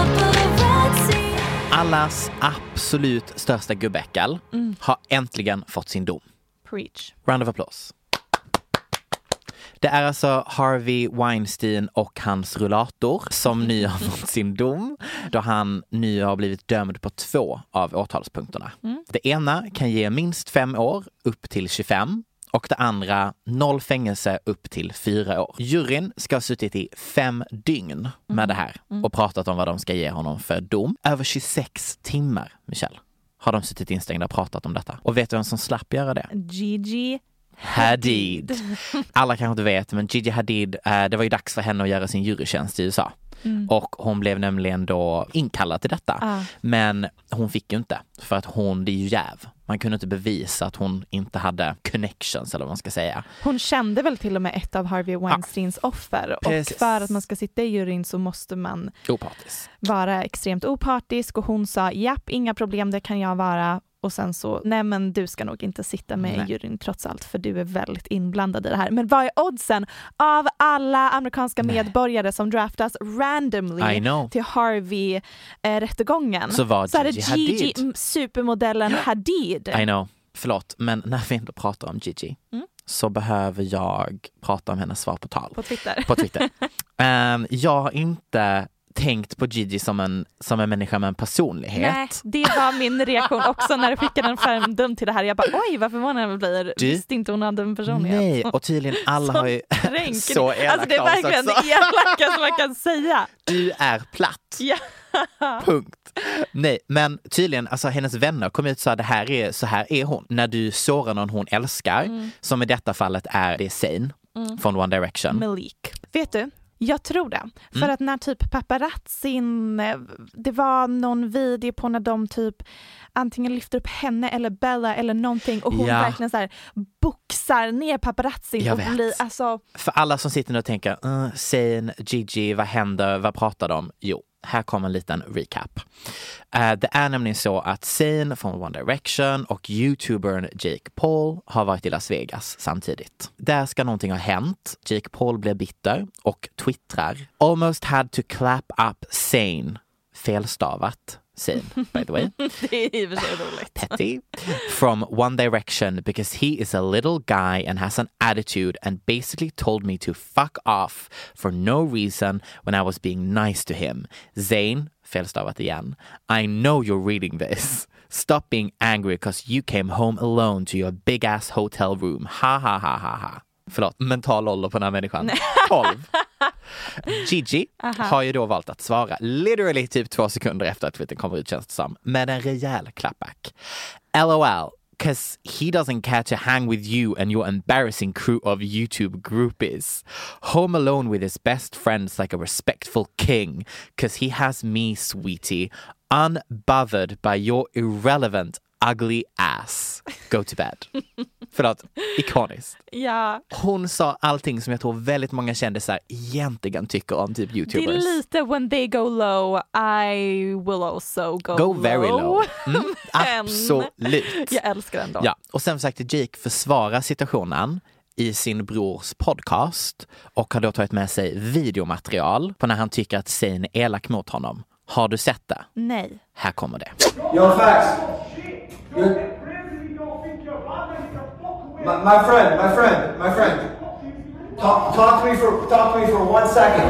Allas absolut största gubbäckel har äntligen fått sin dom. Preach. Round of applause. Det är alltså Harvey Weinstein och hans rullator som nu har fått sin dom, då han nu har blivit dömd på 2 av åtalspunkterna. Det ena kan ge minst 5 år upp till 25 och det andra 0 fängelse upp till 4 år. Juryn ska ha suttit i 5 dygn med det här och pratat om vad de ska ge honom för dom. Över 26 timmar, Michelle, har de suttit instängda och pratat om detta. Och vet du vem som slapp göra det? Gigi Hadid. Alla kanske inte vet, men Gigi Hadid, det var ju dags för henne att göra sin jurytjänst i USA. Och hon blev nämligen då inkallad till detta. Men hon fick ju inte, för att det är ju jäv. Man kunde inte bevisa att hon inte hade connections, eller vad man ska säga. Hon kände väl till och med ett av Harvey Weinsteins offer. Precis. Och för att man ska sitta i juryn så måste man vara extremt opartisk. Och hon sa, japp, inga problem, det kan jag vara. Och sen så, nej men du ska nog inte sitta med i juryn trots allt, för du är väldigt inblandad i det här. Men vad är oddsen av alla amerikanska medborgare som draftas randomly till Harvey-rättegången? Så är det Gigi, supermodellen Hadid. I know. Förlåt, men när vi ändå pratar om Gigi så behöver jag prata om hennes svar på tal. På Twitter. På Twitter. Jag har inte tänkt på Gigi som en människa med en personlighet. Nej, det var min reaktion också när jag skickade en färmdum till det här. Jag bara, oj vad förvånad jag blir. Visst inte hon hade en personlighet. Nej, och tydligen alla har ju så elakt. Alltså det är verkligen det elakaste man kan säga. Du är platt. Ja. Punkt. Nej, men tydligen, alltså hennes vänner kom ut och sa så här är hon. När du sårar någon hon älskar, som i detta fallet är det Zayn från One Direction. Malik. Vet du? Jag tror det. För att när typ paparazzin, det var någon video på när de typ antingen lyfter upp henne eller Bella eller någonting och hon verkligen så här boxar ner paparazzin och blir alltså... För alla som sitter nu och tänker, Zayn, Gigi, vad händer, vad pratar de? Jo, här kommer en liten recap. Det är nämligen så att Zayn från One Direction och YouTubern Jake Paul har varit i Las Vegas samtidigt. Där ska någonting ha hänt. Jake Paul blir bitter och twittrar. Almost had to clap up Zayn. Felstavat. Zayn, by the way. Det är i och för sig roligt. Petty. From One Direction because he is a little guy and has an attitude and basically told me to fuck off for no reason when I was being nice to him. Zayn, felstavat igen. I know you're reading this. Stop being angry because you came home alone to your big ass hotel room. Ha ha ha ha ha. Förlåt, mental ålder på den här människan. 12. Gigi har ju då valt att svara literally typ 2 sekunder efter att Twitter kommer ut, känns det som, med en rejäl clapback. LOL, cause he doesn't care to hang with you and your embarrassing crew of YouTube groupies. Home alone with his best friends like a respectful king, cause he has me, sweetie, unbothered by your irrelevant ugly ass. Go to bed. Förlåt, ikoniskt. Ja. Hon sa allting som jag tror väldigt många kändisar egentligen tycker om typ YouTubers. Det är lite when they go low, I will also go low. Very low. Absolut. Jag älskar den då. Ja, och sen försökte Jake försvara situationen i sin brors podcast och har då tagit med sig videomaterial på när han tycker att Zayn är elak mot honom. Har du sett det? Nej. Här kommer det. Yo, facts. My friend. Talk to me for 1 second.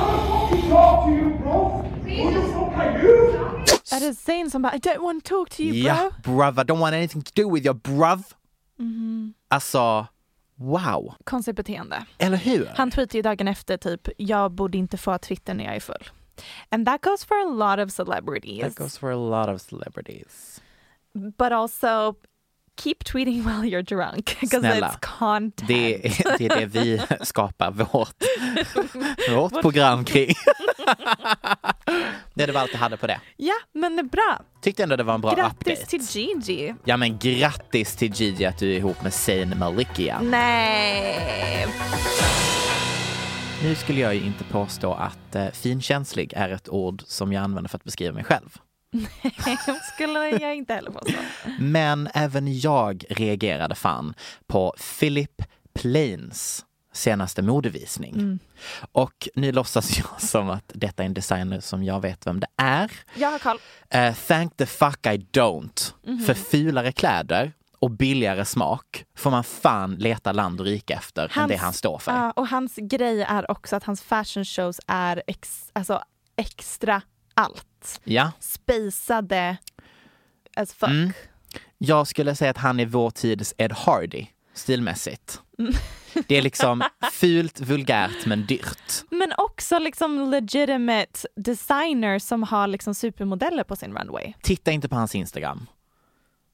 Är det Zayn som bara, I don't want to talk to you, bro? Ja, bruv, I don't want anything to do with your bruv. Alltså, wow. Konstigt beteende. Eller hur? Han tweetade ju dagen efter typ, jag borde inte få Twitter när jag är full. And that goes for a lot of celebrities. That goes for a lot of celebrities. But also, keep tweeting while you're drunk. Because it's content. Det är det vi skapar vårt program kring. Det var allt jag hade på det. Ja, men det är bra. Tyckte ändå det var en bra update. Grattis till Gigi. Ja, men grattis till Gigi att du är ihop med Zayn Malik igen. Nej. Nu skulle jag ju inte påstå att finkänslig är ett ord som jag använder för att beskriva mig själv. Skulle jag inte heller påstå. Men även jag reagerade fan på Philip Plains senaste modevisning. Och nu låtsas jag som att detta är en designer som jag vet vem det är. Jag har koll. Thank the fuck I don't. För fulare kläder och billigare smak får man fan leta land och rike efter än det han står för. Och hans grej är också att hans fashion shows är extra allt. Ja. Spacade as fuck. Jag skulle säga att han är vår tids Ed Hardy stilmässigt. Det är liksom fult, vulgärt men dyrt. Men också liksom legitimate designers som har liksom supermodeller på sin runway. Titta inte på hans Instagram.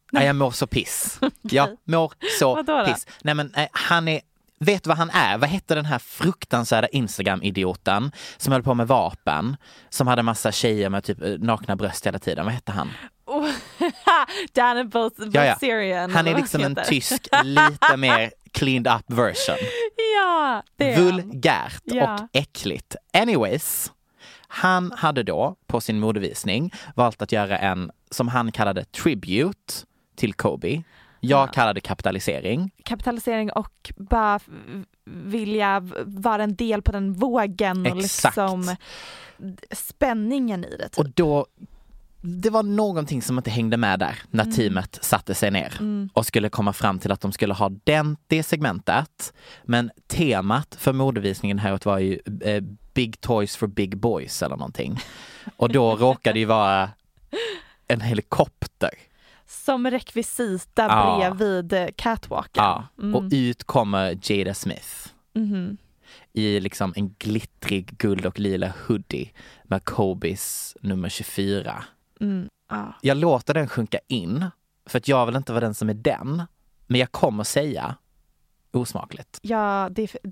Jag mår så piss. Jag mår så Vadå då? piss. Nej men han är, vet du vad han är? Vad hette den här fruktansvärda Instagram-idioten som höll på med vapen? Som hade massa tjejer med typ nakna bröst hela tiden. Vad hette han? Dan Bilzerian. Han är liksom en tysk, lite mer cleaned up version. Ja, det är vulgärt och äckligt. Anyways, han hade då på sin modevisning valt att göra en, som han kallade tribute till Kobe. Jag kallade kapitalisering. Kapitalisering och bara vilja vara en del på den vågen. Exakt. Och liksom spänningen i det. Typ. Och då, det var någonting som inte hängde med där när teamet satte sig ner och skulle komma fram till att de skulle ha det segmentet. Men temat för modevisningen här var ju Big Toys for Big Boys eller någonting. Och då råkade ju vara en helikopter. Som rekvisita bredvid catwalken. Ja, och ut kommer Jada Smith. I liksom en glittrig guld och lila hoodie med Kobes nummer 24. Jag låter den sjunka in för att jag vill inte vara den som är den, men jag kommer säga osmakligt. Ja,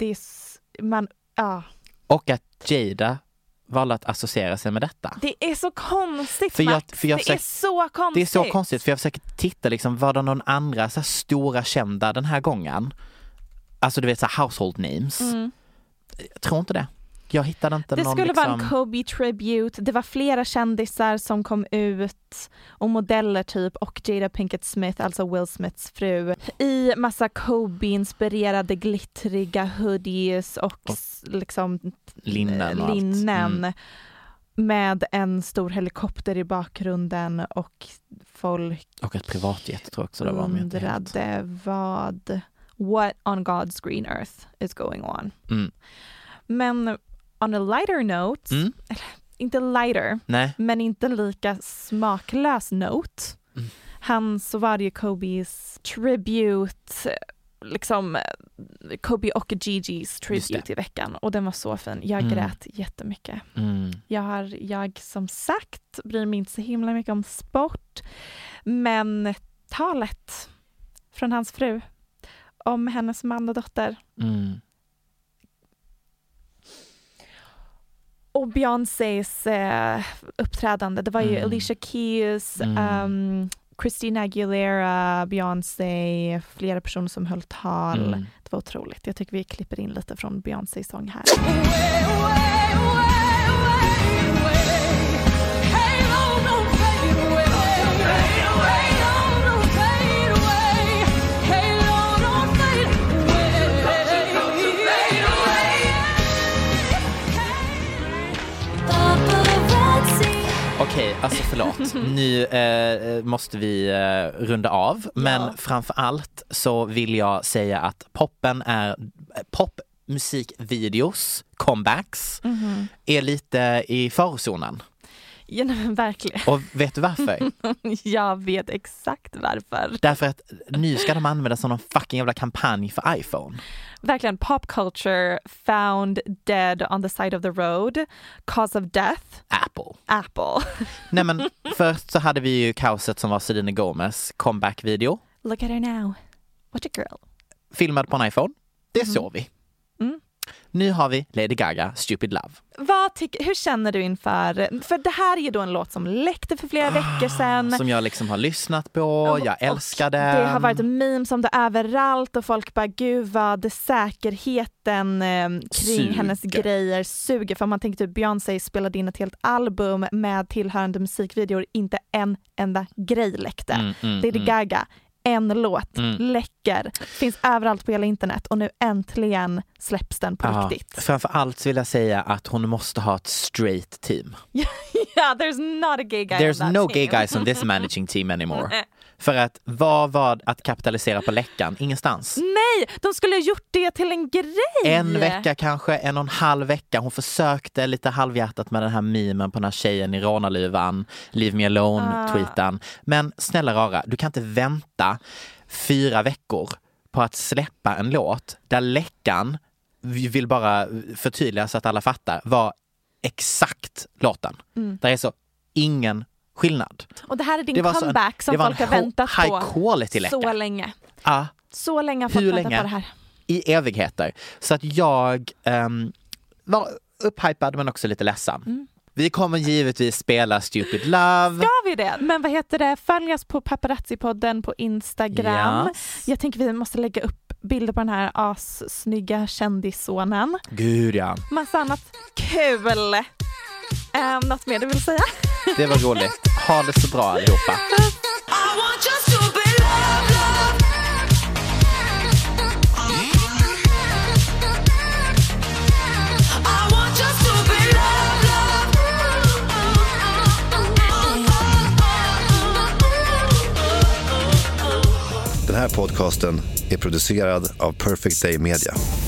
Och att Jada valde att associera sig med detta. Det är så konstigt, för Max. Det är så konstigt. Det är så konstigt, för jag försöker titta liksom, var det någon andra så här stora kända den här gången? Alltså du vet så här household names. Jag tror inte det. Jag hittade inte det någon. Det skulle liksom... vara en Kobe tribute. Det var flera kändisar som kom ut och modeller typ, och Jada Pinkett smith, alltså Will Smiths fru, i massa Kobe-inspirerade glittriga hoodies och liksom linnen med en stor helikopter i bakgrunden och folk och ett privatjet tror jag också det var, undrade what on God's green earth is going on. Men on a lighter note, inte lighter, men inte lika smaklös note, så var det ju Kobes tribute, liksom Kobe och Gigi's tribute i veckan, och den var så fin. Jag grät jättemycket. Jag som sagt bryr mig inte så himla mycket om sport, men talet från hans fru om hennes man och dotter. Och Beyoncés uppträdande. Det var ju Alicia Keys, Christina Aguilera, Beyoncé, flera personer som höll tal. Det var otroligt. Jag tycker vi klipper in lite från Beyoncés sång här. Okej, alltså förlåt. Nu måste vi runda av. Men framför allt så vill jag säga att popmusikvideos, comebacks, är lite i farozonen. Ja, men verkligen. Och vet du varför? Jag vet exakt varför. Därför att nu ska de använda som någon fucking jävla kampanj för iPhone. Verkligen, pop culture found dead on the side of the road. Cause of death? Apple. Nej men först så hade vi ju kaoset som var Selena Gomez comeback-video. Look at her now. What a girl. Filmad på en iPhone. Det såg vi. Nu har vi Lady Gaga, Stupid Love. Hur känner du inför... För det här är ju då en låt som läckte för flera veckor sedan. Som jag liksom har lyssnat på, jag älskar den. Det har varit memes om det överallt och folk bara, gud vad säkerheten kring hennes grejer suger. För man tänker typ Beyoncé spelade in ett helt album med tillhörande musikvideor, inte en enda grej läckte. Lady Gaga, en låt, läcker, finns överallt på hela internet och nu äntligen släpps den på riktigt. Framför allt vill jag säga att hon måste ha ett straight team. There's not a gay guy There's no gay guys on this managing team anymore. För att vad var att kapitalisera på läckan? Ingenstans. Nej, de skulle ha gjort det till en grej. En vecka kanske, 1,5 vecka. Hon försökte lite halvhjärtat med den här memen på den här tjejen i rånarluvan, Leave me alone-tweeten. Men snälla rara, du kan inte vänta 4 veckor på att släppa en låt där läckan, vi vill bara förtydliga så att alla fattar, var exakt låten. Där är så ingen skillnad. Och det här är din comeback som folk har väntat på high quality läcka. Så länge. Ja. Så länge har folk väntat på det här. I evigheter. Så att jag var upphypad men också lite ledsen. Vi kommer givetvis spela Stupid Love. Ska vi det? Men vad heter det? Följ oss på Paparazzi-podden på Instagram. Yes. Jag tänker vi måste lägga upp bilder på den här assnygga kändissonen. Gud ja. Massa annat kul. Något mer du vill säga? Det var roligt. Ha det så bra allihopa. Den här podcasten är producerad av Perfect Day Media.